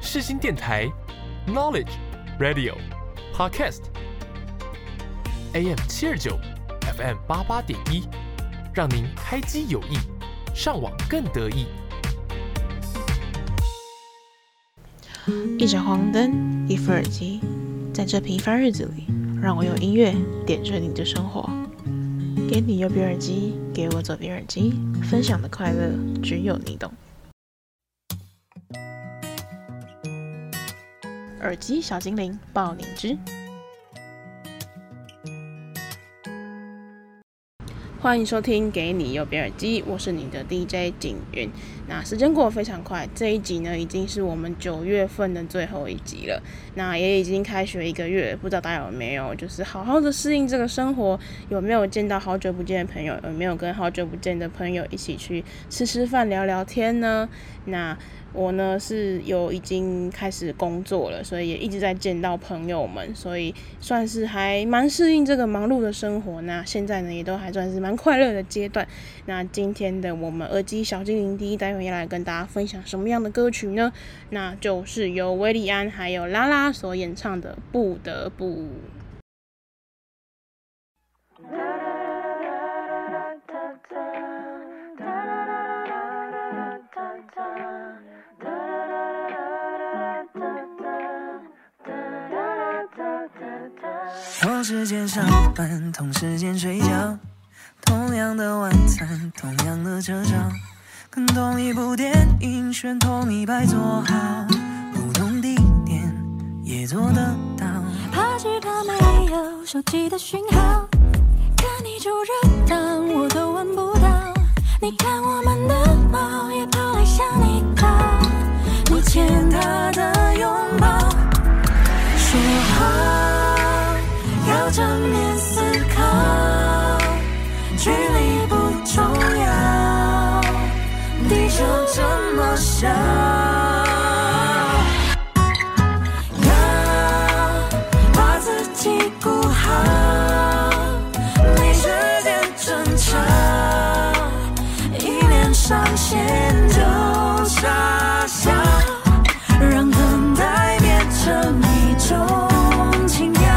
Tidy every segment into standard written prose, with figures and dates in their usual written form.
世新电台 Knowledge Radio Podcast AM 729 FM 88.1，让您开机有益，上网更得意。 一盏黄灯，一副耳机，在这平凡日子里，让我用音乐点缀你的生活。给你右边耳机，给我左边耳机，分享的快乐只有你懂。耳机小精灵爆灵芝，欢迎收听给你右边耳机，我是你的 DJ 景云。那时间过得非常快，这一集呢已经是我们9月份的最后一集了。那也已经开学1个月，不知道大家有没有就是好好的适应这个生活，有没有见到好久不见的朋友，有没有跟好久不见的朋友一起去吃饭聊聊天呢？那我呢是已经开始工作了，所以也一直在见到朋友们，所以算是还蛮适应这个忙碌的生活。那现在呢也都还算是蛮快乐的阶段。那今天的我们耳机小精灵第一单元要来跟大家分享什么样的歌曲呢？那就是由韦礼安还有拉拉所演唱的《不得不》。 同时间上班，同时间睡觉，同样的晚餐，同样的车照，跟同一部电影选同一排坐好，不同地点也做得到。 怕只怕没有手机的讯号，看你就热闹，我都闻不到。你看我们的猫也跑来向你靠，你牵它的拥抱，说好要正面思考，距离不重要，地球这么小，要把自己顾好，没时间争吵，一连上线就傻笑，让等待变成一种情调。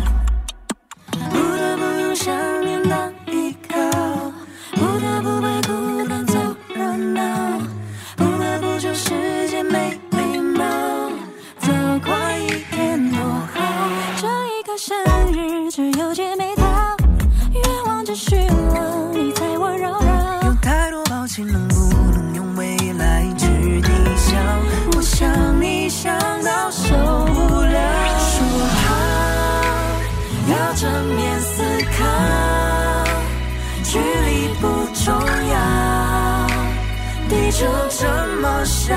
想念当依靠，不得不被孤单走热闹，不得不就世界没礼貌，走快一点多好。这一个生日只有姐妹淘，愿望只需要你在我绕绕。 有太多抱歉能不能用未来去抵消，我想你想到受不了，说好要正面思考，距离不重要，地球这么小，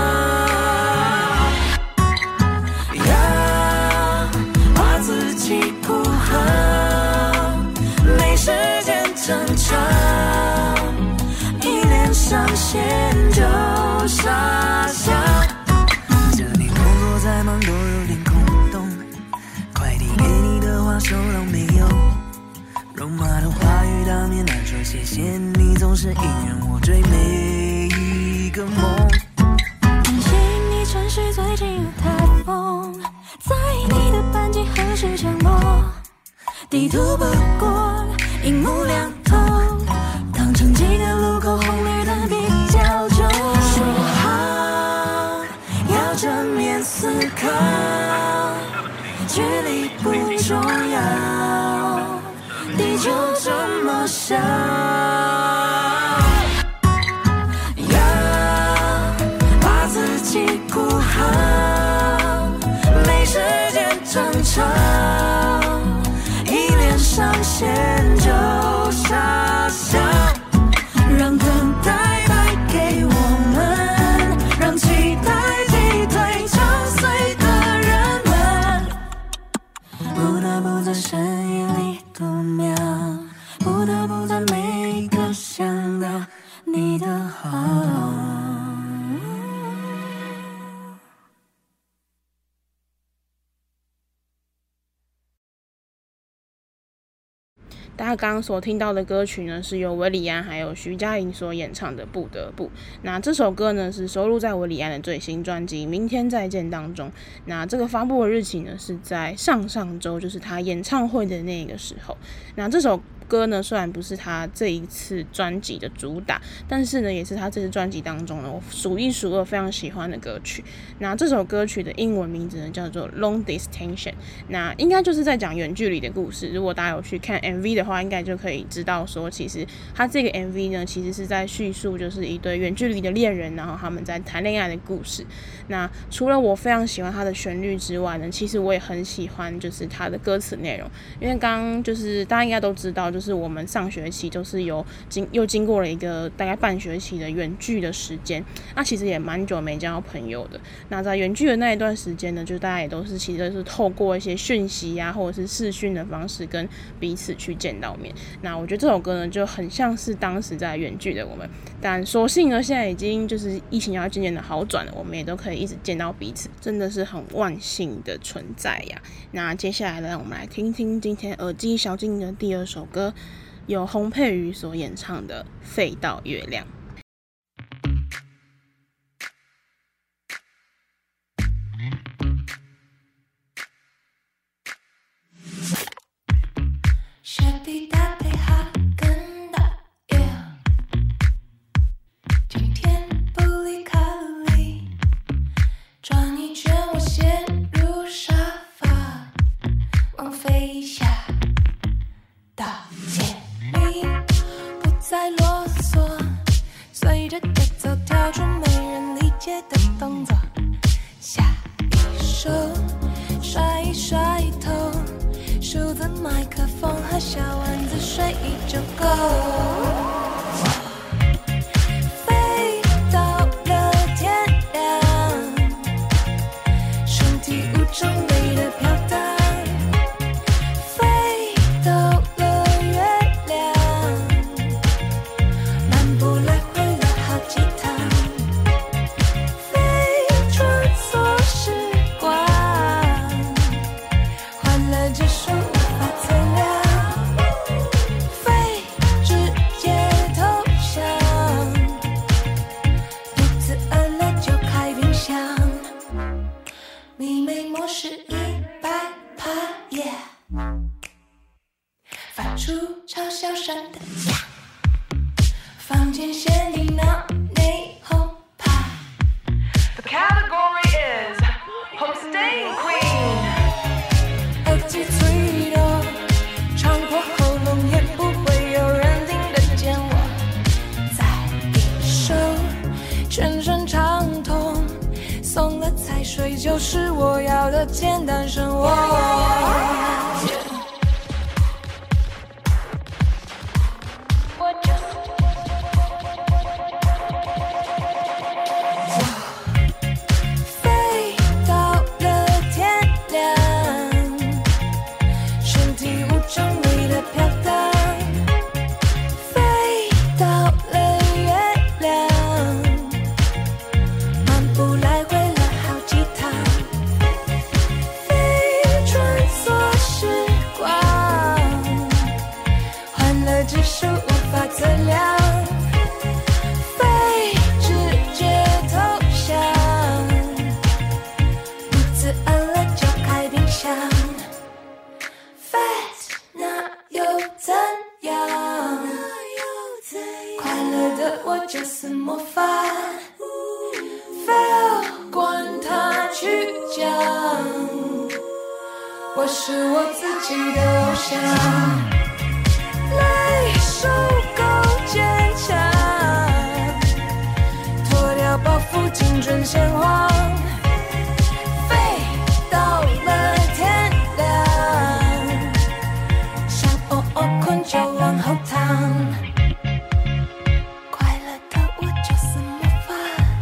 要把自己顾好，没时间争吵，一连上线就傻笑。这里工作再忙都有点空洞，快递给你的话收到没有？肉麻的话语当面难说谢谢你，总是隐忍我追每一个梦。 担心你城市最近有台风，在意你的班机何时降落，地图不过荧幕亮透，当成几个路口红绿灯比较久，说好要正面思考，距离不重要，地球这么小，要把自己顾好，没时间争吵，一连上线就傻笑，让等待带给我们，让期待击退相随的人们，不得不在深夜里度秒，不得不在每一刻想到你的好。 大家刚刚所听到的歌曲呢，是由韦礼安还有徐佳莹所演唱的《不得不》。那这首歌呢，是收录在韦礼安的最新专辑《明天再见》当中。那这个发布的日期呢，是在上周，就是他演唱会的那个时候。那这首歌呢，虽然不是他这一次专辑的主打，但是呢，也是他这次专辑当中呢，我数一数二非常喜欢的歌曲。那这首歌曲的英文名字呢，叫做 Long Distance。那应该就是在讲远距离的故事。如果大家有去看 MV 的话，应该就可以知道说，其实他这个 MV 呢，其实是在叙述就是一对远距离的恋人，然后他们在谈恋爱的故事。那除了我非常喜欢他的旋律之外呢，其实我也很喜欢就是他的歌词内容，因为刚刚就是大家应该都知道，就是我们上学期就是又经过了一个大概半学期的远距的时间，那其实也蛮久没交到朋友的。那在远距的那一段时间呢，就大家也都是其实都是透过一些讯息啊，或者是视讯的方式跟彼此去见到面。那我觉得这首歌呢，就很像是当时在远距的我们，但所幸呢，现在已经就是疫情要渐渐的好转了，我们也都可以一直见到彼此，真的是很万幸的存在呀。那接下来呢，我们来听听今天耳机小精灵的第二首歌，由洪佩瑜所演唱的《飞到月亮》。 雪地搭配哈根达月，今天不理卡路里，转一圈我陷入沙发，往飞下大街里，不再啰嗦，随着节奏跳出没人理解的动作，下一首甩一甩头，数字麦克风和小丸子睡一就够，飞到了天亮，身体无重力的飘荡，飞到了月亮，漫步来回了好几趟，飞穿梭时光，欢乐指数无法测量，飞直接投降，肚子饿了就开冰箱，迷妹模式100%，发出嘲笑声的响，房间限定脑内轰趴。 The category is Hosting Queen. 耳机脆弱，穿破喉咙也不会有人听得见我。再一首，全身畅通，松了才睡，就是我要的简单生活。飞到了天亮，身体无重力的飘荡，飞到了月亮，漫步来回了好几趟，飞穿梭时光，欢乐指数无法测量，飞直接投降，肚子饿了就开冰箱，Fat 那又怎样？快乐的我就是魔法，Fail 管他去讲，我是我自己的偶像，来手够坚强，脱掉包袱精准鲜黄，飞到了天亮，想困就往后躺，快乐的我就是魔法，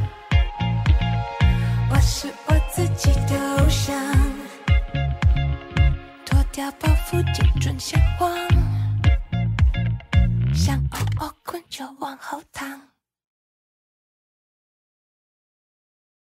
我是我自己的偶像，脱掉包袱精准鲜黄，想困就往后躺。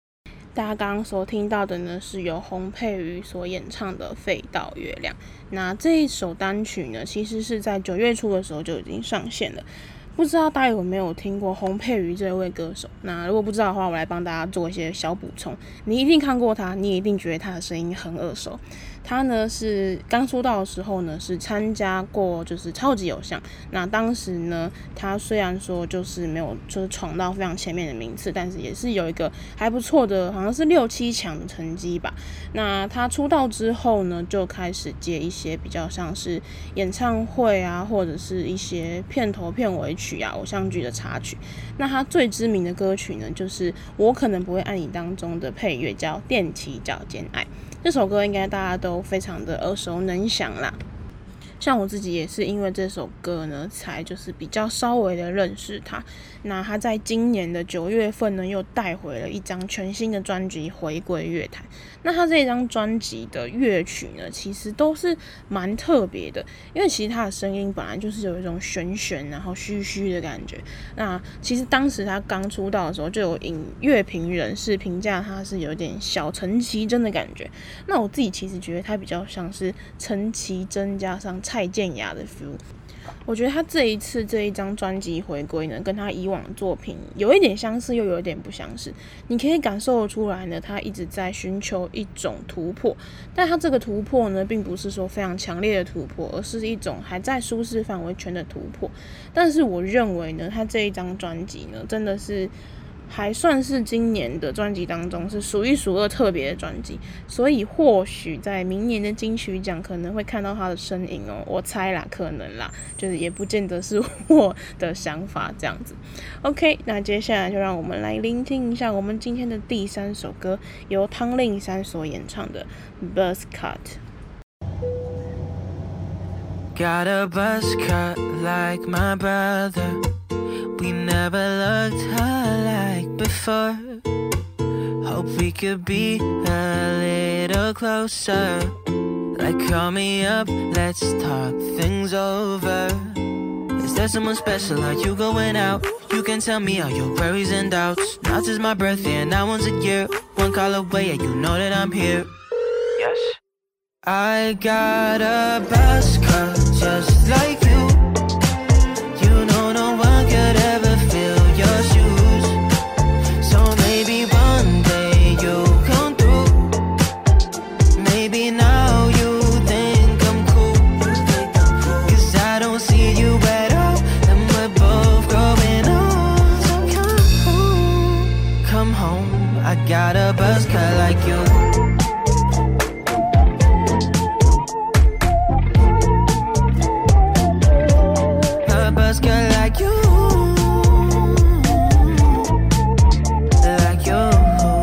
大家刚刚所听到的呢，是由洪佩瑜所演唱的《飞到月亮》。那这一首单曲呢，其实是在9月初的时候就已经上线了。不知道大家有没有听过洪佩瑜这位歌手？那如果不知道的话，我来帮大家做一些小补充。你一定看过他，你也一定觉得他的声音很耳熟。他呢是刚出道的时候呢，是参加过就是超级偶像。那当时呢，他虽然说就是没有就是闯到非常前面的名次，但是也是有一个还不错的，好像是6、7强的成绩吧。那他出道之后呢，就开始接一些比较像是演唱会啊，或者是一些片头片尾曲啊、偶像剧的插曲。那他最知名的歌曲呢，就是《我可能不会爱你》当中的配乐叫《踮起脚尖爱》。这首歌应该大家都非常的耳熟能详啦。像我自己也是因为这首歌呢，才就是比较稍微的认识他。那他在今年的9月份呢，又带回了一张全新的专辑回归乐坛。那他这张专辑的乐曲呢，其实都是蛮特别的，因为其实他的声音本来就是有一种玄玄然后虚虚的感觉。那其实当时他刚出道的时候，就有乐评人士评价他是有点小陈绮贞的感觉。那我自己其实觉得他比较像是陈绮贞加上蔡健雅的 feel。我觉得他这一张专辑回归呢，跟他以往的作品有一点相似，又有一点不相似。你可以感受得出来呢，他一直在寻求一种突破，但他这个突破呢，并不是说非常强烈的突破，而是一种还在舒适范围圈的突破。但是我认为呢，他这一张专辑呢，真的是还算是今年的专辑当中是数一数二特别的专辑，所以或许在明年的金曲奖可能会看到他的身影哦，我猜啦，可能啦，就是也不见得是我的想法这样子。OK， 那接下来就让我们来聆听一下我们今天的第3首歌，由汤令山所演唱的《Buzz Cut》。 Got a buzz cut like my brother.We never looked alike before. Hope we could be a little closer. Like call me up, let's talk things over. Is there someone special? Are you going out? You can tell me all your worries and doubts. Not just my birthday and not once a year. One call away and you know that I'm here. Yes. I got a buzz cut just like you.You know no one could ever fill your shoes. So maybe one day you'll come through. Maybe now you think I'm cool. Cause I don't see you at all. And we're both growing old. So come home. I got a buzz cut like you.Cut like you, like you.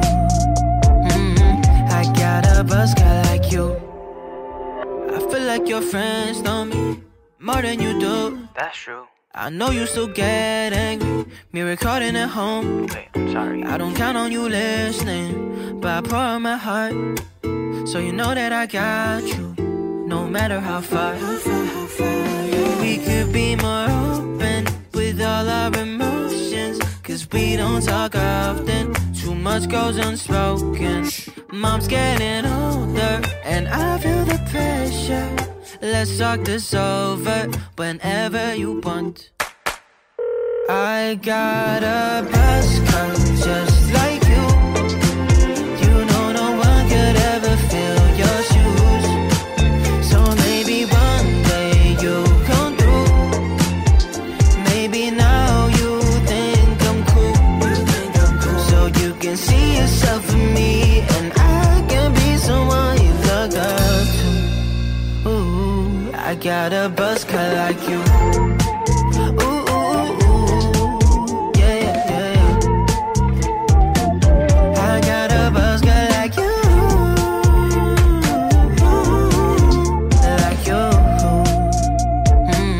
I got a buzz cut like you. I feel like your friends know me more than you do. That's true. I know you still get angry. Me recording at home. Wait, I'm sorry. I don't count on you listening, but I pour out my heart, so you know that I got you. No matter how far. We could be more open with all our emotions, cause we don't talk often. Too much goes unspoken. Mom's getting older and I feel the pressure. Let's talk this over whenever you want. I got a buzz cut just like you.You know no one could ever fill your shoes. So maybe one day you'll come through. Maybe now you think I'm cool. So you can see yourself in me, and I can be someone you look up to. Ooh, I got a buzz cut like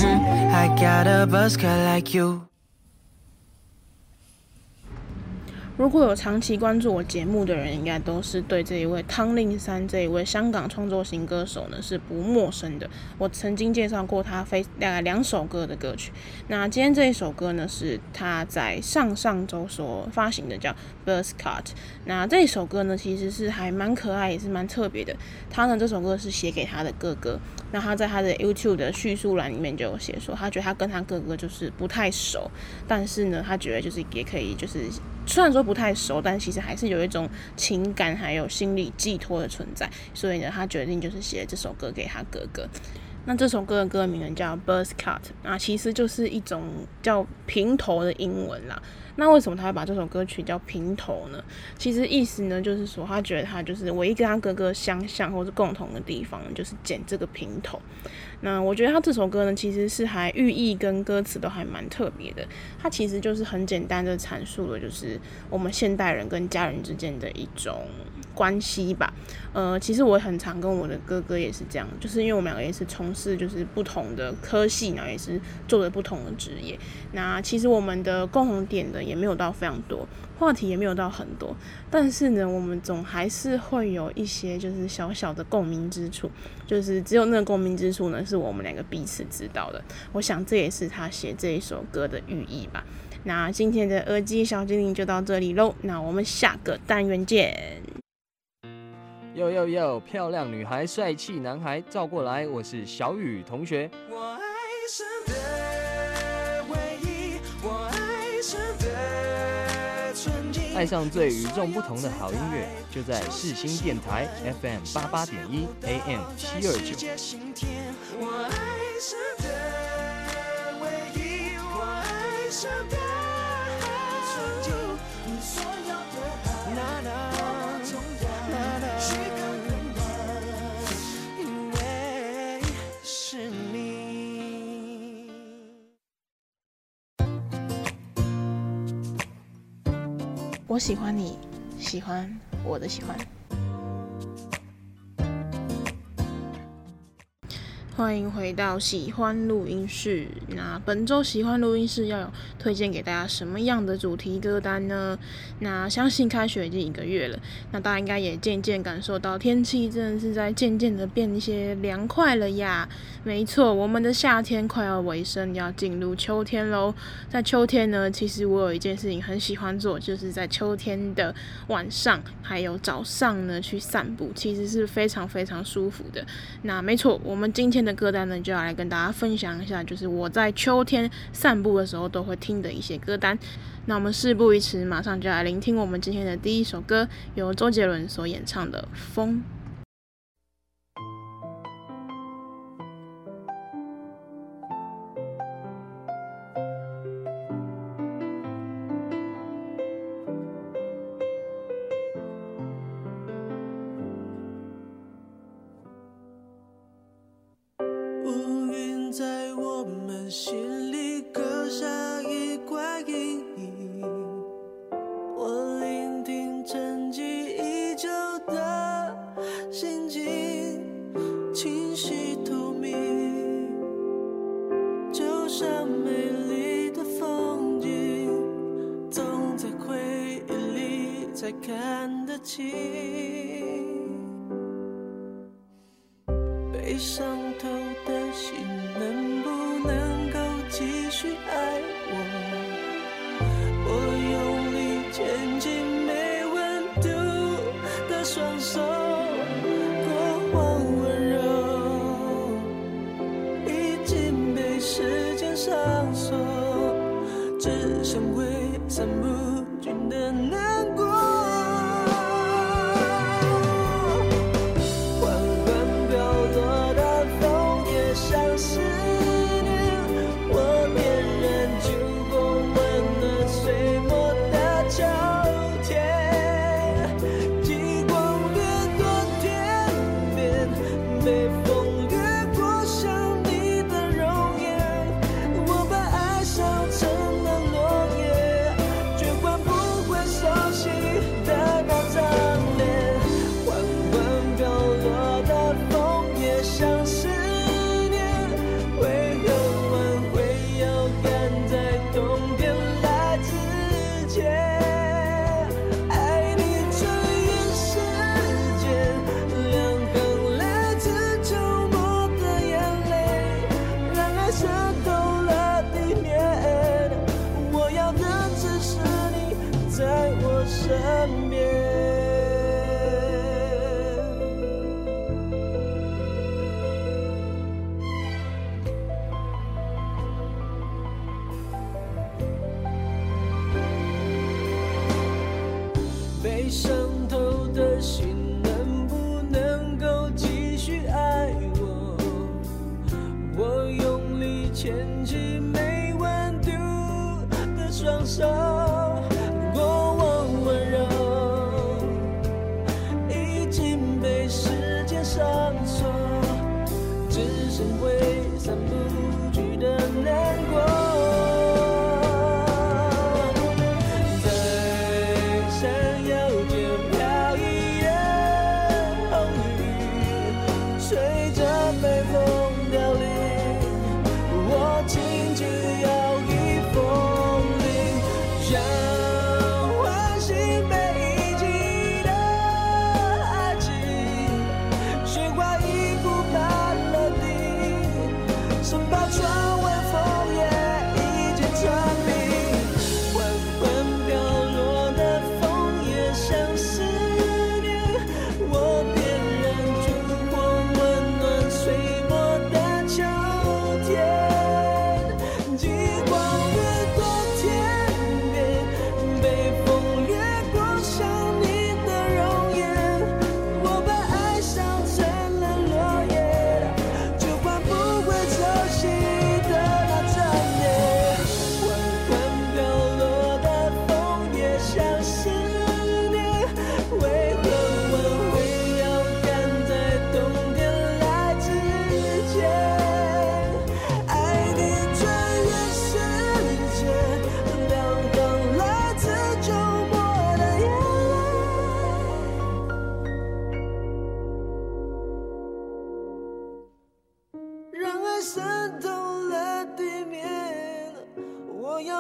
you.Got a buzz cut like you. 如果有长期关注我节目的人，应该都是对这一位汤令山这一位香港创作型歌手呢是不陌生的。我曾经介绍过他大概2首歌的歌曲。那今天这一首歌呢，是他在上周所发行的，叫 Buzzcut。那这一首歌呢，其实是还蛮可爱，也是蛮特别的。他呢这首歌是写给他的哥哥。那他在他的 YouTube 的叙述栏里面就有写说，他觉得他跟他哥哥就是不太熟，但是呢，他觉得就是也可以，就是虽然说不太熟，但其实还是有一种情感还有心理寄托的存在，所以呢，他决定就是写这首歌给他哥哥。那这首歌的歌名呢叫 Buzzcut， 那其实就是一种叫平头的英文啦。那为什么他会把这首歌曲叫平头呢？其实意思呢就是说，他觉得他就是唯一跟他哥哥相像或是共同的地方，就是剪这个平头。那我觉得他这首歌呢，其实是还寓意跟歌词都还蛮特别的。他其实就是很简单的阐述了，就是我们现代人跟家人之间的一种关系吧。其实我很常跟我的哥哥也是这样，就是因为我们两个也是从事就是不同的科系，然后也是做了不同的职业。那其实我们的共同点的也没有到非常多，话题也没有到很多，但是呢，我们总还是会有一些就是小小的共鸣之处，就是只有那个共鸣之处呢，是我们两个彼此知道的。我想这也是他写这一首歌的寓意吧。那今天的耳机小精灵就到这里咯，那我们下个单元见。 哟，漂亮女孩，帅气男孩，照过来，我是小雨同学。 我爱上的唯一，我爱上的纯净， 爱上最与众不同的好音乐，就在世新电台 FM 88.1 AM 729。 我爱上的唯一，我爱上的纯净，你所有的爱都不重要，是更远的，因为是你。 我喜欢你，喜欢我的喜欢。欢迎回到喜欢录音室。那本周喜欢录音室要有推荐给大家什么样的主题歌单呢？那相信开学已经1个月了，那大家应该也渐渐感受到天气真的是在渐渐的变一些凉快了呀。没错，我们的夏天快要尾声，要进入秋天咯。在秋天呢，其实我有一件事情很喜欢做，就是在秋天的晚上还有早上呢去散步，其实是非常非常舒服的。那没错，我们今天的歌单呢，就要来跟大家分享一下，就是我在秋天散步的时候都会听的一些歌单。那我们事不宜迟，马上就来聆听我们今天的第一首歌，由周杰伦所演唱的《风》。 乌云在我们心里刻下一块阴影，我聆听沉寂已久的心境，清晰透明，就像美丽的风景，总在回忆里才看得清。被伤透的心能不能够继续爱我？我用力牵紧没温度的双手，过往温柔已经被时间上锁，只剩挥散不尽的难过。绝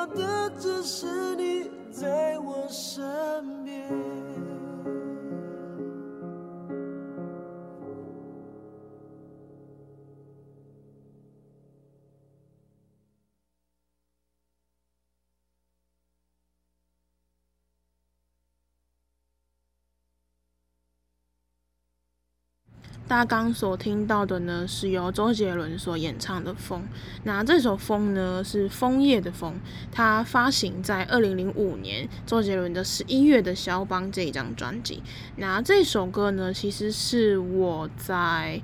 的只是你在我身边。 大家刚刚所听到的呢，是由周杰伦所演唱的《风》。那这首《风》呢，是枫叶的风，它发行在2005年周杰伦的11月的《肖邦》这一张专辑。那这首歌呢，其实是我在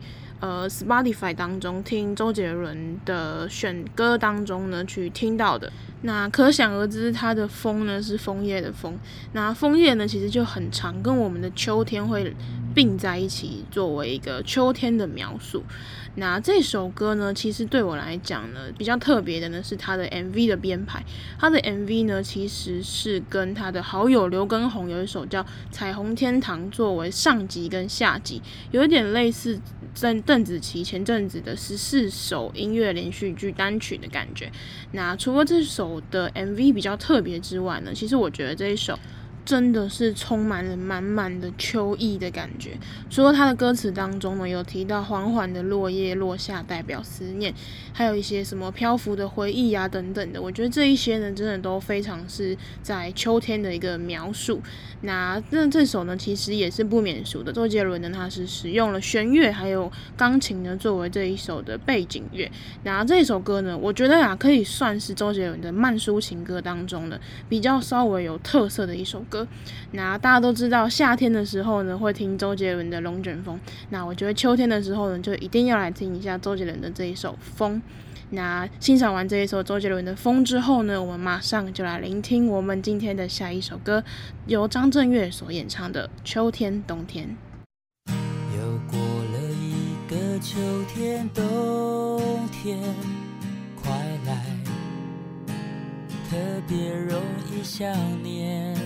Spotify 当中听周杰伦的选歌当中呢去听到的。那可想而知，它的风呢是枫叶的风。那枫叶呢，其实就很常跟我们的秋天会并在一起，作为一个秋天的描述。那这首歌呢，其实对我来讲呢，比较特别的呢是它的 MV 的编排。它的 MV 呢，其实是跟他的好友刘畊宏有一首叫《彩虹天堂》作为上集跟下集，有一点类似邓紫棋前阵子的14首音乐连续剧单曲的感觉。那除了这首的 MV 比较特别之外呢，其实我觉得这一首真的是充满了满满的秋意的感觉。除了他的歌词当中呢，有提到缓缓的落叶落下代表思念，还有一些什么漂浮的回忆啊等等的，我觉得这一些呢真的都非常是在秋天的一个描述。那这首呢其实也是不免俗的，周杰伦呢他是使用了弦乐还有钢琴呢作为这一首的背景乐。那这一首歌呢，我觉得可以算是周杰伦的慢抒情歌当中呢比较稍微有特色的一首歌。那大家都知道夏天的时候呢会听周杰伦的龙卷风，那我觉得秋天的时候呢就一定要来听一下周杰伦的这一首风。那欣赏完这一首周杰伦的风之后呢，我们马上就来聆听我们今天的下一首歌，由张震岳所演唱的《秋天冬天》。 又过了一个秋天冬天，快来，特别容易想念。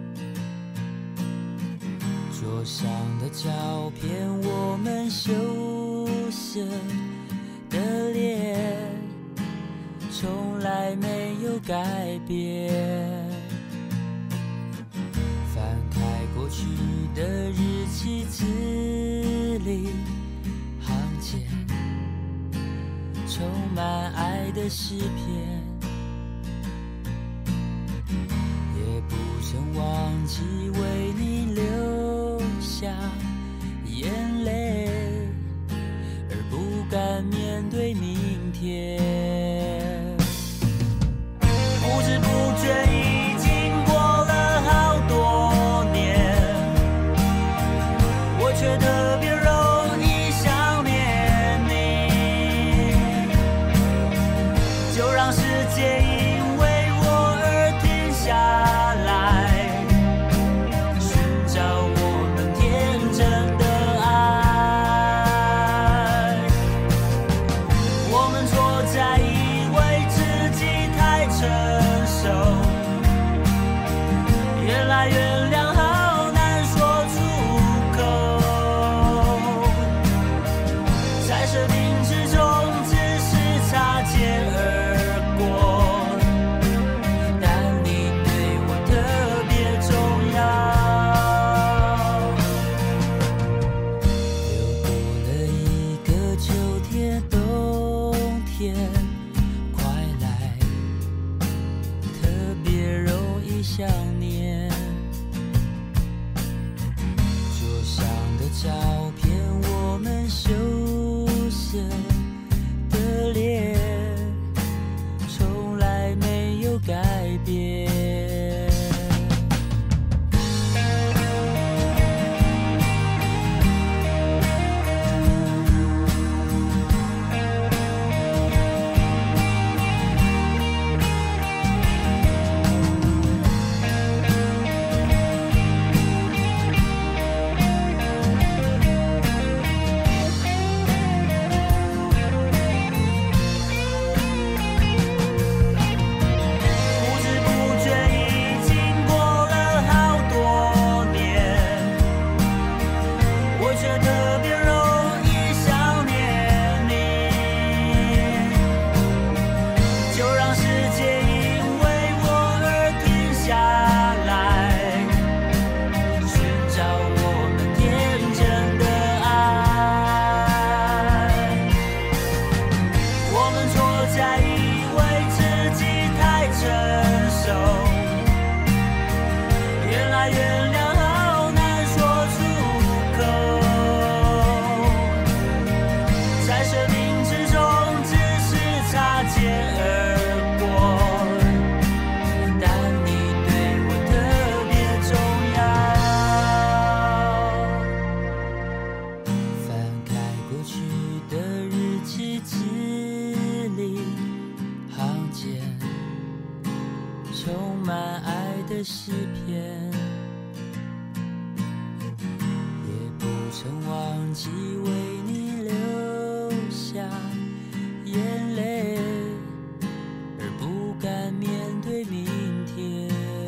桌上的照片，我们羞涩的脸，从来没有改变。翻开过去的日期，字里行间充满爱的诗篇，也不曾忘记为你流下眼泪，而不敢面对明天。不知不觉已经过了好多年，我却特别容易想念你。就让世界因为我而停下来，寻找我们天真的爱。我们错在以为自己太成熟，原来原谅好难说出口，在设定之中只是擦肩而过，但你对我特别重要。又过了一个秋天冬天，快来，特别容易想念。桌上的照片，我们羞涩的脸，从来没有改变。 的诗篇，也不曾忘记为你流下眼泪，而不敢面对明天。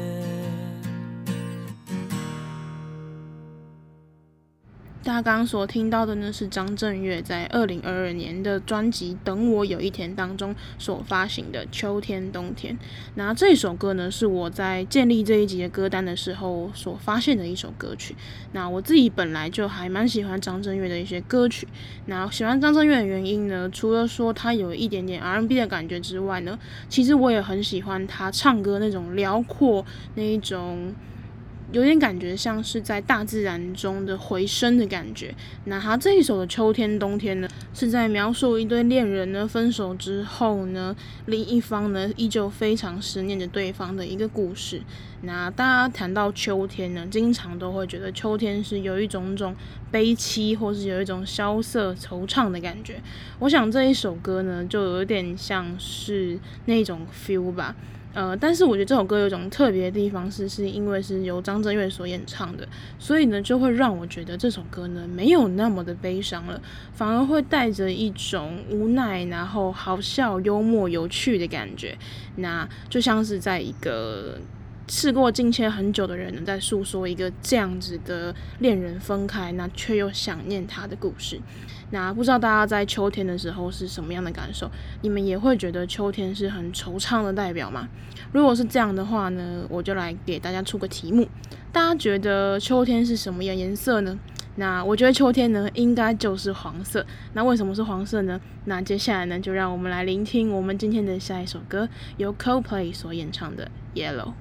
大家刚刚所听到的呢，是张震岳在2022年的专辑《等我有一天》当中所发行的《秋天冬天》。那这首歌呢，是我在建立这一集的歌单的时候所发现的一首歌曲。那我自己本来就还蛮喜欢张震岳的一些歌曲。那喜欢张震岳的原因呢，除了说他有一点点 R&B 的感觉之外呢，其实我也很喜欢他唱歌那种辽阔，那一种有点感觉像是在大自然中的回声的感觉。那他这一首的秋天冬天呢，是在描述一对恋人呢分手之后呢，另一方呢依旧非常思念着对方的一个故事。那大家谈到秋天呢，经常都会觉得秋天是有一种悲戚，或是有一种萧瑟惆怅的感觉。我想这一首歌呢，就有点像是那种 feel 吧。但是我觉得这首歌有一种特别的地方是因为是由张震岳所演唱的，所以呢就会让我觉得这首歌呢没有那么的悲伤了，反而会带着一种无奈，然后好笑、幽默、有趣的感觉。那就像是在一个事过境迁很久的人呢，在诉说一个这样子的恋人分开，那却又想念他的故事。那不知道大家在秋天的时候是什么样的感受？你们也会觉得秋天是很惆怅的代表吗？如果是这样的话呢，我就来给大家出个题目，大家觉得秋天是什么颜色呢？那我觉得秋天呢，应该就是黄色。那为什么是黄色呢？那接下来呢，就让我们来聆听我们今天的下一首歌，由 Coldplay 所演唱的 Yellow。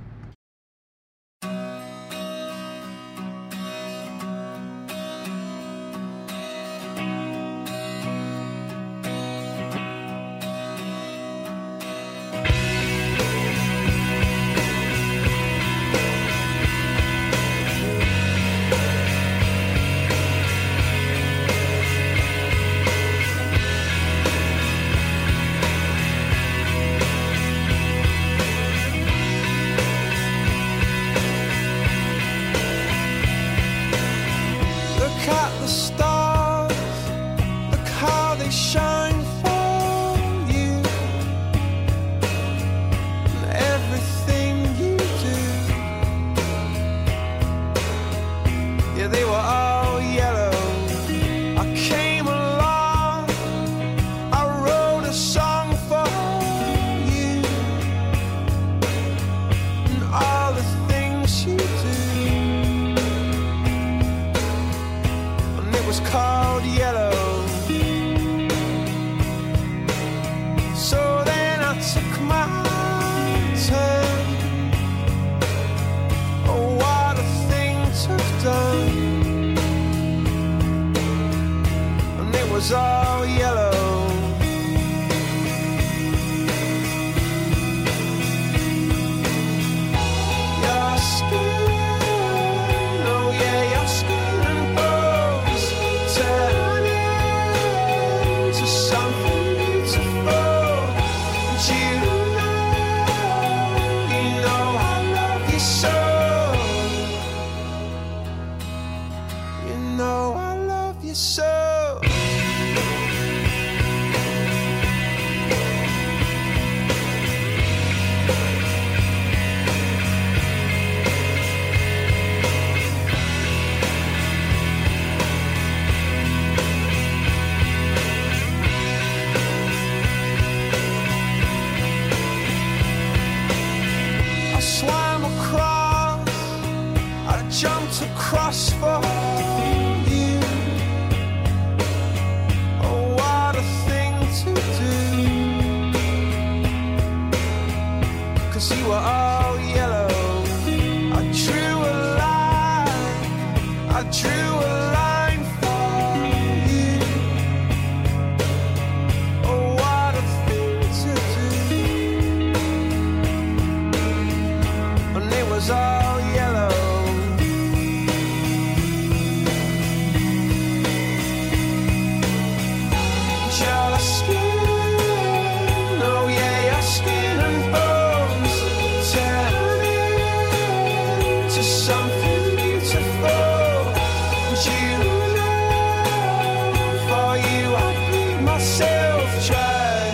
For you I bleed myself dry.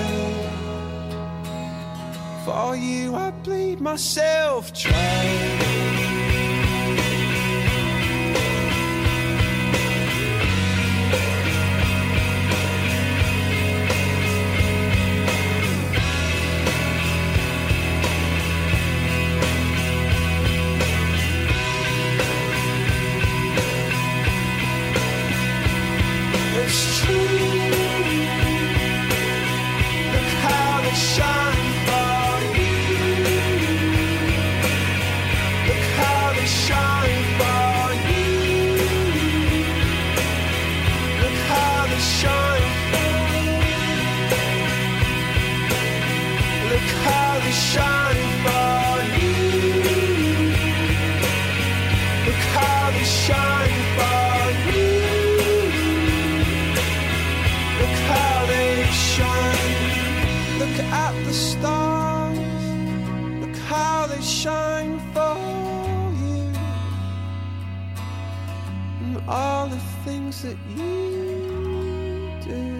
For you I bleed myself dry. It's true. Look how they shine for you. Look how they shine for you. Look how they shine for you. Look how they shine for you. Look how they shine for you. Look at the stars, look how they shine for you, and all the things that you do.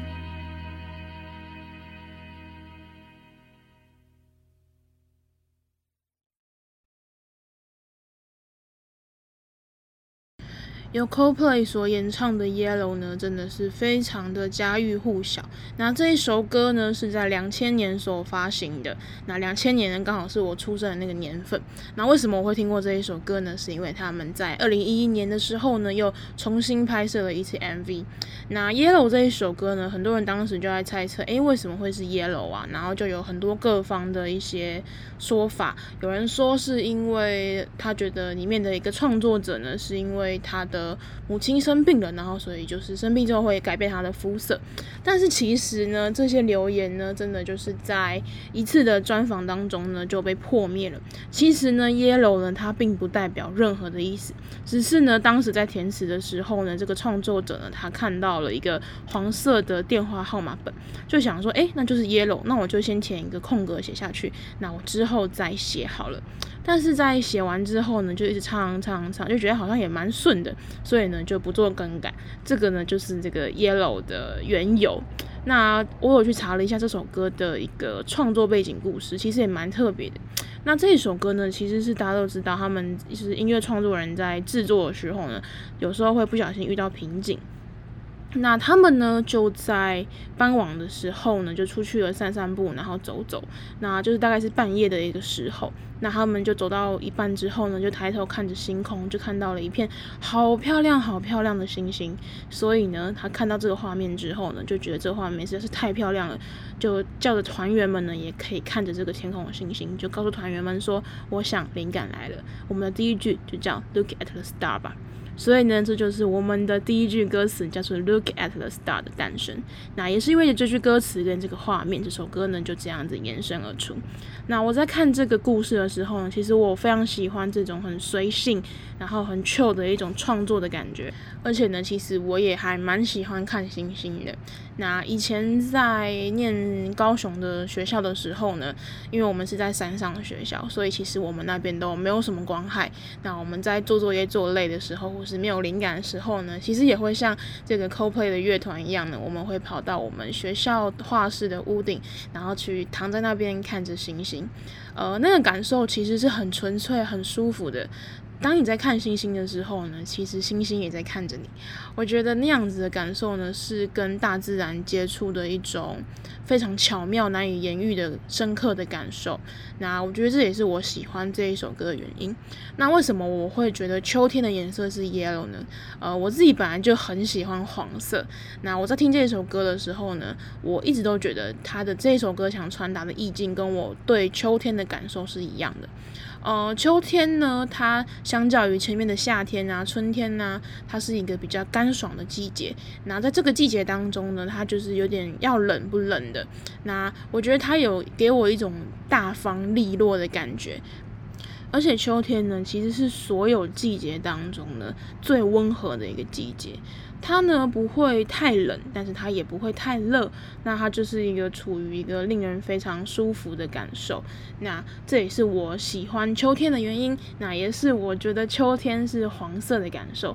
由 Coldplay 所演唱的 Yellow 呢，真的是非常的家喻户晓。那这一首歌呢，是在2000年所发行的。那2000年呢，刚好是我出生的那个年份。那为什么我会听过这一首歌呢？是因为他们在2011年的时候呢，又重新拍摄了一次 MV。那 Yellow 这一首歌呢，很多人当时就在猜测，为什么会是 Yellow 啊？然后就有很多各方的一些说法。有人说是因为他觉得里面的一个创作者呢，是因为他的母亲生病了，然后所以就是生病之后会改变他的肤色。但是其实呢，这些留言呢，真的就是在一次的专访当中呢就被破灭了。其实呢 ，Yellow 呢，它并不代表任何的意思，只是呢，当时在填词的时候呢，这个创作者呢，他看到了一个黄色的电话号码本，就想说，那就是 Yellow， 那我就先填一个空格写下去，那我之后再写好了。但是在写完之后呢，就一直唱，就觉得好像也蛮顺的，所以呢就不做更改。这个呢就是这个 Yellow 的缘由。那我有去查了一下这首歌的一个创作背景故事，其实也蛮特别的。那这一首歌呢，其实是大家都知道，他们就是音乐创作人在制作的时候呢，有时候会不小心遇到瓶颈。那他们呢，就在傍晚的时候呢，就出去了散散步，然后走走。那就是大概是半夜的一个时候。那他们就走到一半之后呢，就抬头看着星空，就看到了一片好漂亮、好漂亮的星星。所以呢，他看到这个画面之后呢，就觉得这个画面实在是太漂亮了，就叫着团员们呢，也可以看着这个天空的星星，就告诉团员们说：“我想灵感来了。”我们的第一句就叫 "Look at the star" 吧。所以呢，这就是我们的第一句歌词，叫做 "Look at the star" 的诞生。那也是因为这句歌词跟这个画面，这首歌呢就这样子延伸而出。那我在看这个故事的时候呢，其实我非常喜欢这种很随性，然后很 chill 的一种创作的感觉。而且呢，其实我也还蛮喜欢看星星的。那以前在念高雄的学校的时候呢，因为我们是在山上的学校，所以其实我们那边都没有什么光害。那我们在做作业做累的时候，或是没有灵感的时候呢，其实也会像这个 Coldplay 的乐团一样呢，我们会跑到我们学校画室的屋顶，然后去躺在那边看着星星。那个感受其实是很纯粹、很舒服的。当你在看星星的时候呢，其实星星也在看着你。我觉得那样子的感受呢，是跟大自然接触的一种非常巧妙、难以言喻的深刻的感受。那我觉得这也是我喜欢这一首歌的原因。那为什么我会觉得秋天的颜色是 yellow 呢？我自己本来就很喜欢黄色。那我在听这首歌的时候呢，我一直都觉得它的这首歌想传达的意境跟我对秋天的感受是一样的。秋天呢，它相较于前面的夏天啊、春天啊，它是一个比较干爽的季节。那在这个季节当中呢，它就是有点要冷不冷的。那我觉得它有给我一种大方利落的感觉。而且秋天呢，其实是所有季节当中呢最温和的一个季节。它呢不会太冷，但是它也不会太热，那它就是一个处于一个令人非常舒服的感受。那这也是我喜欢秋天的原因，那也是我觉得秋天是黄色的感受。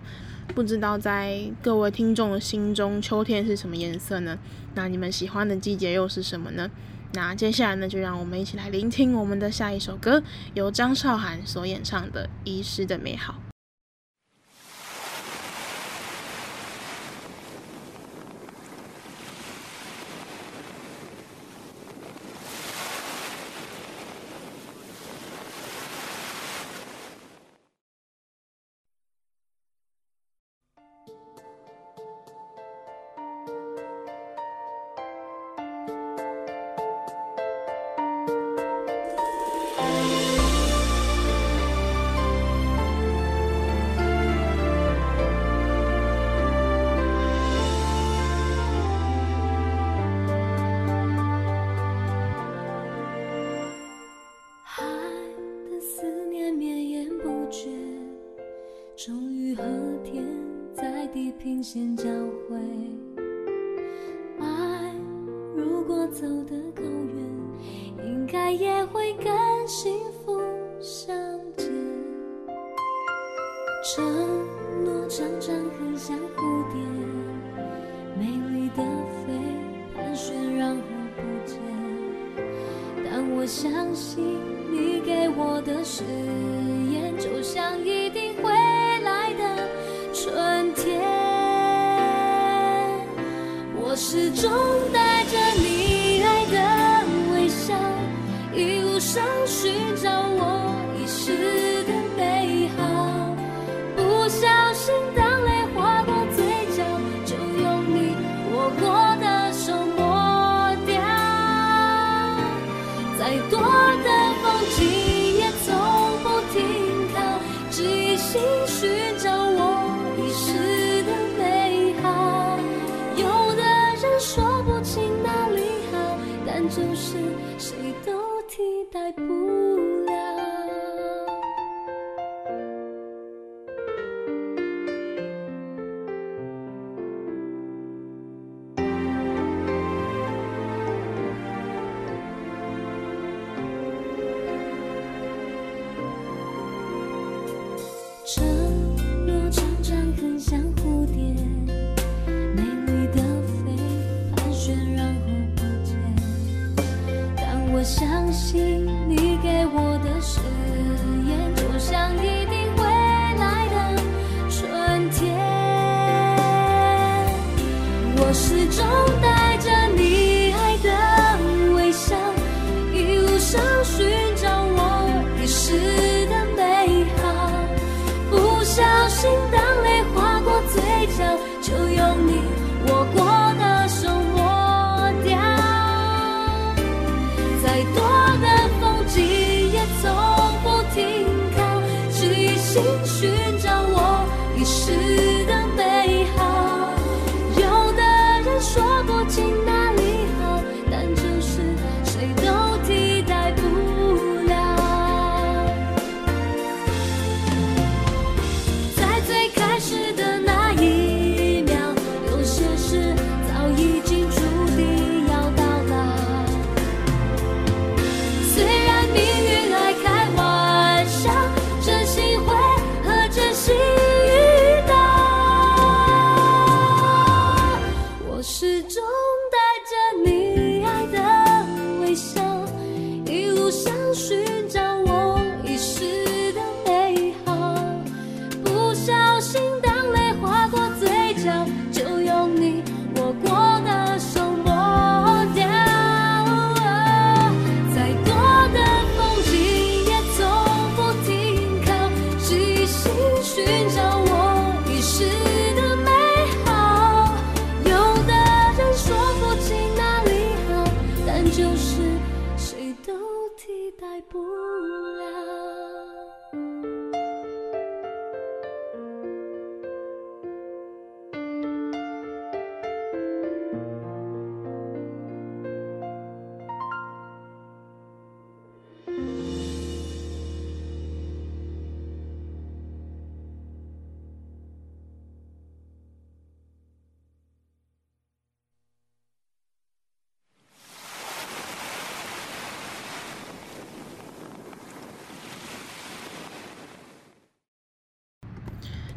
不知道在各位听众的心中，秋天是什么颜色呢？那你们喜欢的季节又是什么呢？那接下来呢，就让我们一起来聆听我们的下一首歌，由张韶涵所演唱的《遗失的美好》。 终于和天在地平线交汇，爱如果走得够远，应该也会跟幸福相见。承诺常常很像蝴蝶，美丽的飞，盘旋然后不见。但我相信你给我的誓言，就像一定会来的春天。我始终带着你爱的微笑，一路上寻找我遗失的美好。不小心当泪划过嘴角，就用你握过的手抹掉。再多的风景也从不停靠，只一心寻找我遗失的美好。有的人说不清哪里好，但就是谁都替代不了。承诺常常很像蝴蝶，美丽的飞，盘旋然后不见。但我相信你给我的誓言，就像一定会来的春天。我始终带着你爱的微笑，一路上寻找我遗失的美好。不小心当泪划过嘴角，就用你握过的手抹掉。再多的风景也从不停靠，只一心寻找我遗失的美好。有的人说不清哪里好，但就是谁都替代不了。开始的那一秒，有些事早已经注定要到老。虽然命运爱开玩笑，真心会和真心遇到。我始终带着你爱的微笑，一路上寻找我遗失的美好。不小心当泪划过嘴角，就用你握过的手抹掉。再多的风景也从不停靠，只一心寻找我遗失的美好。有的人说不清哪里好，但就是谁都替代不了。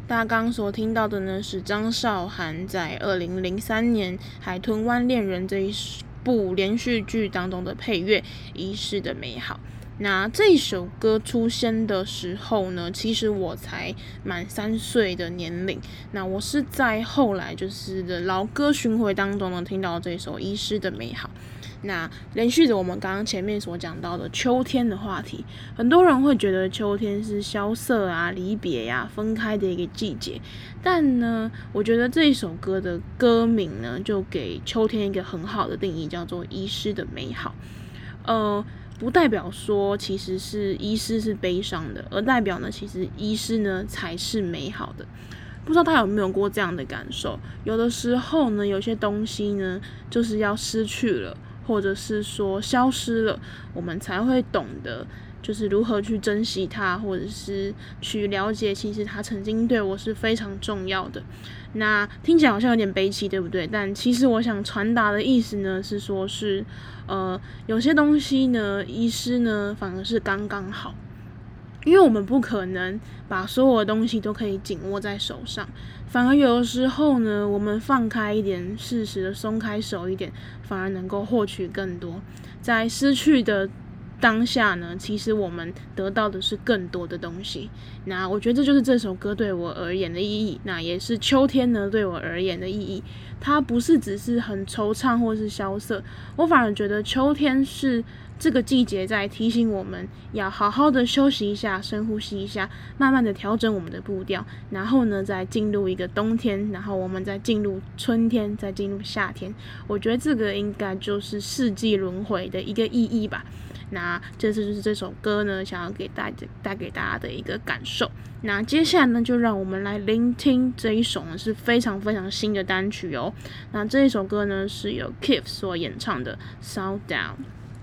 大家刚刚所听到的呢，是张韶涵在2003年《海豚湾恋人》这一部连续剧当中的配乐《遗失的美好》。那这一首歌出现的时候呢，其实我才满3岁的年龄。那我是在后来就是的老歌巡回当中呢，听到这首《遗失的美好》。那连续着我们刚刚前面所讲到的秋天的话题，很多人会觉得秋天是萧瑟啊、离别呀、分开的一个季节，但呢，我觉得这一首歌的歌名呢，就给秋天一个很好的定义，叫做遗失的美好。不代表说其实是遗失是悲伤的，而代表呢，其实遗失呢才是美好的。不知道大家有没有过这样的感受？有的时候呢，有些东西呢，就是要失去了，或者是说消失了，我们才会懂得就是如何去珍惜它，或者是去了解其实它曾经对我是非常重要的。那听起来好像有点悲戚，对不对？但其实我想传达的意思呢，是说是有些东西呢遗失呢反而是刚刚好，因为我们不可能把所有的东西都可以紧握在手上，反而有的时候呢，我们放开一点，适时的松开手一点，反而能够获取更多。在失去的当下呢，其实我们得到的是更多的东西。那我觉得这就是这首歌对我而言的意义，那也是秋天呢对我而言的意义。它不是只是很惆怅或是萧瑟，我反而觉得秋天是这个季节在提醒我们要好好的休息一下，深呼吸一下，慢慢的调整我们的步调，然后呢再进入一个冬天，然后我们再进入春天，再进入夏天。我觉得这个应该就是四季轮回的一个意义吧。那这就是这首歌呢想要带给大家的一个感受。那接下来呢，就让我们来聆听这一首呢是非常非常新的单曲哦。那这一首歌呢是由 Kif 所演唱的 Sound Down。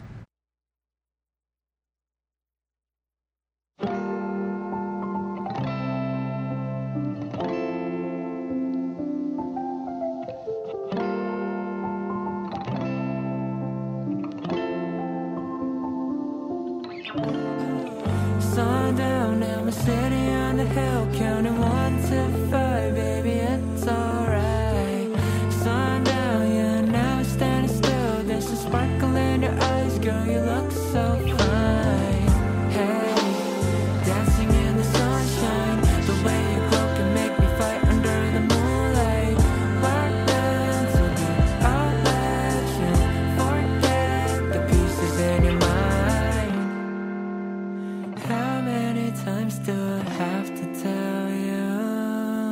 Sundown, now we're sitting on the hill, counting 1 to 5, baby, it's alright. Sundown, yeah, now we're standing still. There's a sparkle in your eyes, girl, you look so fine. Hey, dancing in the sunshine, the way you glow can make me fight under the moonlight. We're meant to be, I'll let you forget the pieces in your mind. How many times do I have to tell you?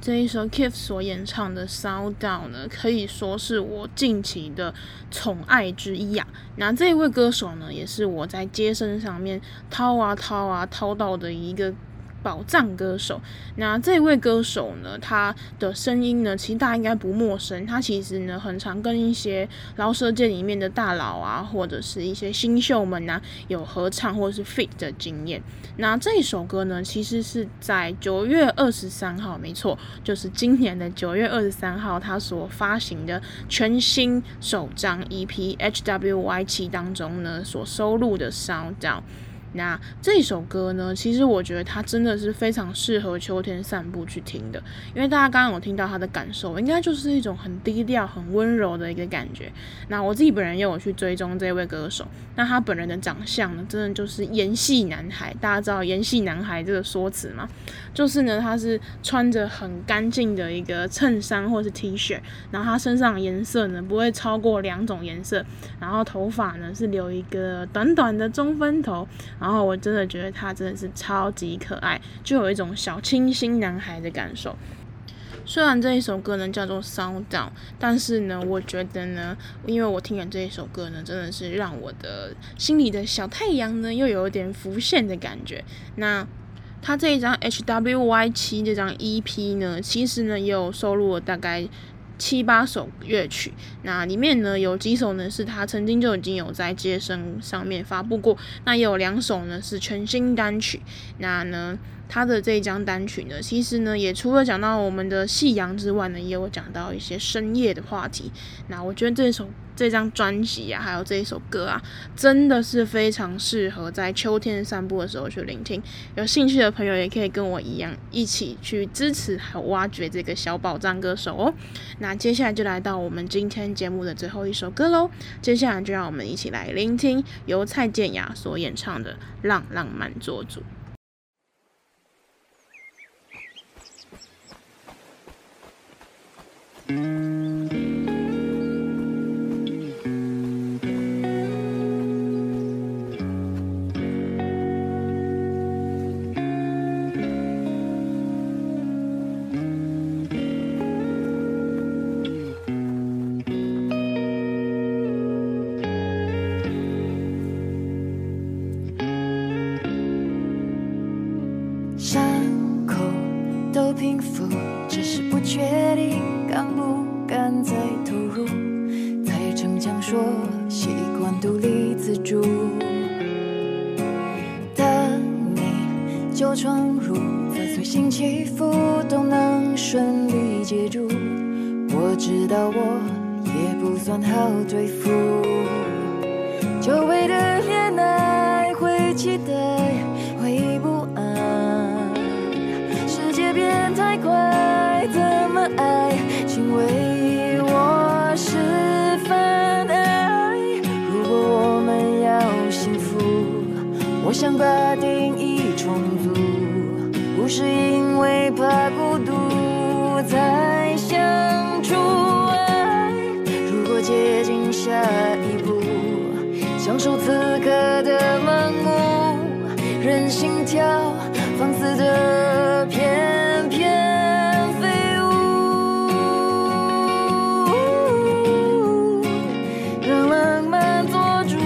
这一首 Kif 所演唱的 Sound Down 呢，可以说是我近期的宠爱之一啊。那这一位歌手呢，也是我在街声上面掏到的一个宝藏歌手。那这位歌手呢，他的声音呢，其实大家应该不陌生。他其实呢，很常跟一些饶舌界里面的大佬啊，或者是一些新秀们啊，有合唱或者是 feat 的经验。那这一首歌呢，其实是在9月23号，没错，就是今年的9月23号，他所发行的全新首张 EP HWY7 当中呢，所收录的 Sound Down。那这一首歌呢，其实我觉得它真的是非常适合秋天散步去听的，因为大家刚刚有听到它的感受，应该就是一种很低调、很温柔的一个感觉。那我自己本人也有去追踪这位歌手，那他本人的长相呢，真的就是盐系男孩。大家知道盐系男孩这个说辞吗？就是呢，他是穿着很干净的一个衬衫或是 T 恤，然后他身上的颜色呢不会超过2种颜色，然后头发呢是留一个短短的中分头。然后我真的觉得他真的是超级可爱，就有一种小清新男孩的感受。虽然这一首歌呢叫做 Sound Down， 但是呢，我觉得呢，因为我听了这一首歌呢，真的是让我的心里的小太阳呢又有一点浮现的感觉。那他这一张 HWY7 这张 EP 呢，其实呢也有收录了大概7-8首乐曲，那里面呢有几首呢是他曾经就已经有在街声上面发布过，那也有2首呢是全新单曲。那呢他的这一张单曲呢，其实呢也除了讲到我们的夕阳之外呢，也有讲到一些深夜的话题。那我觉得这张专辑啊，还有这一首歌啊，真的是非常适合在秋天散步的时候去聆听。有兴趣的朋友也可以跟我一样，一起去支持还有挖掘这个小宝藏歌手哦。那接下来就来到我们今天节目的最后一首歌咯，接下来就让我们一起来聆听由蔡健雅所演唱的《让浪漫做主》。 伤口都平复，只是不确定敢不敢再投入，才逞强说习惯独立自主。等你就闯入，再随心起伏都能顺利接住。我知道我也不算好对付，久违的恋爱会期待，会不安，世界变太快，怎么爱？请为我示范爱。如果我们要幸福，我想把定义重组，不是因为怕孤独才相处。爱，如果接近下一步，享受此刻的盲目，任心跳，放肆的翩翩飞舞，让浪漫做主。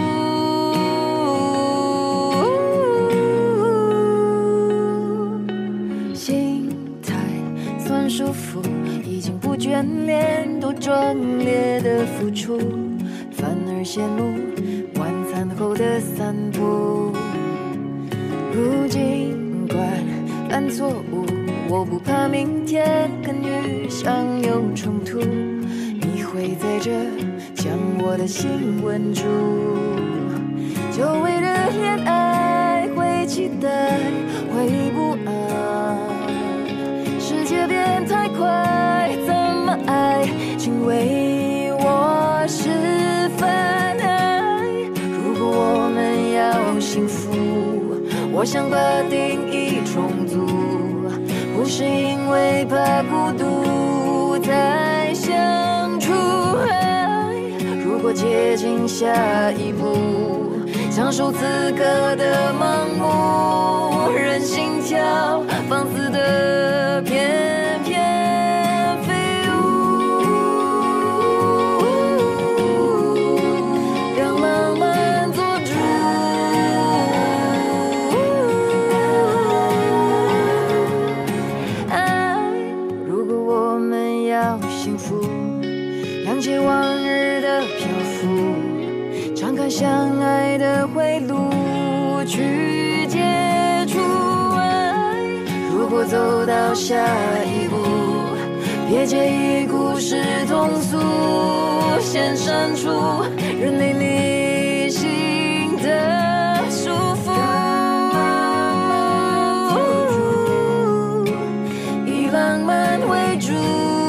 心态算舒服，已经不眷恋多壮烈的付出，反而羡慕晚餐后的散步。如尽管犯错误，我不怕明天跟预想有冲突，你会在这将我的心稳住。久违的恋爱会期待，会不安，世界变太快，怎么爱？请为我示范爱。如果我们要幸福，我想把定义重组，不是因为怕孤独才相处。爱，如果接近下一步，享受此刻的盲目，任心跳，放肆的翩翩去接触爱。如果走到下一步，别介意故事通俗，先删除人类内心的束缚，以浪漫为主。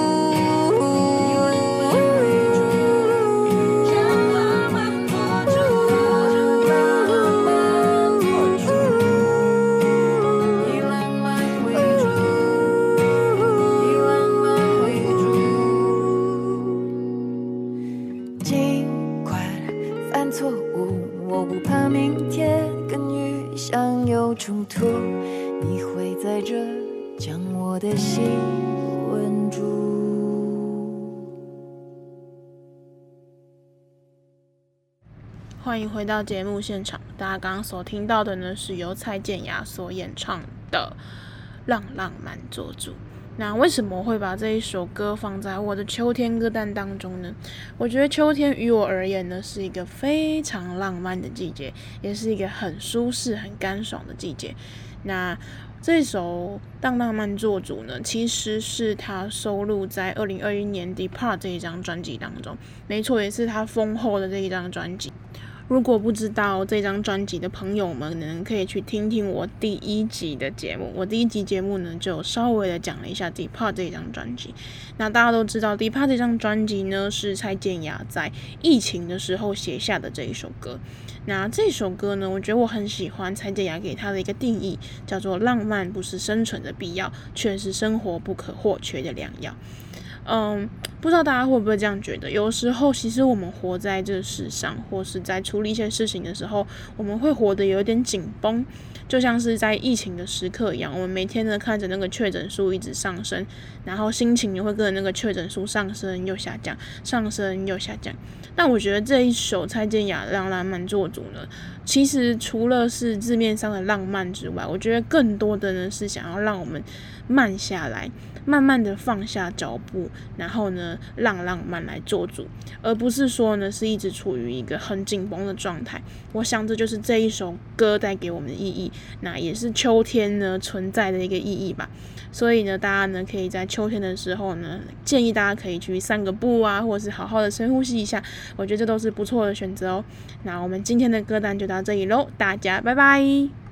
冲突，你会在这将我的心稳住。 欢迎回到节目现场，大家刚刚所听到的呢，是由蔡健雅所演唱的《让浪漫做主》。那为什么我会把这一首歌放在我的秋天歌单当中呢？我觉得秋天于我而言呢，是一个非常浪漫的季节，也是一个很舒适、很干爽的季节。那这首《让浪漫做主》呢，其实是他收录在2021年《Depart》这一张专辑当中，没错，也是他封后的这一张专辑。如果不知道这张专辑的朋友们呢，可以去听听我第一集的节目。我第一集节目呢，就稍微的讲了一下《Depart》这张专辑。那大家都知道，《Depart》这张专辑呢，是蔡健雅在疫情的时候写下的这一首歌。那这首歌呢，我觉得我很喜欢蔡健雅给它的一个定义，叫做浪漫不是生存的必要，却是生活不可或缺的良药。不知道大家会不会这样觉得？有时候其实我们活在这世上，或是在处理一些事情的时候，我们会活得有点紧绷，就像是在疫情的时刻一样，我们每天呢看着那个确诊数一直上升，然后心情也会跟着那个确诊数上升又下降，上升又下降。那我觉得这一首蔡健雅《让浪漫做主》呢，其实除了是字面上的浪漫之外，我觉得更多的呢是想要让我们慢下来，慢慢的放下脚步，然后呢让浪漫来做主，而不是说呢是一直处于一个很紧绷的状态。我想这就是这一首歌带给我们的意义，那也是秋天呢存在的一个意义吧。所以呢，大家呢可以在秋天的时候呢，建议大家可以去散个步啊，或者是好好的深呼吸一下，我觉得这都是不错的选择哦。那我们今天的歌单就到这里咯，大家拜拜。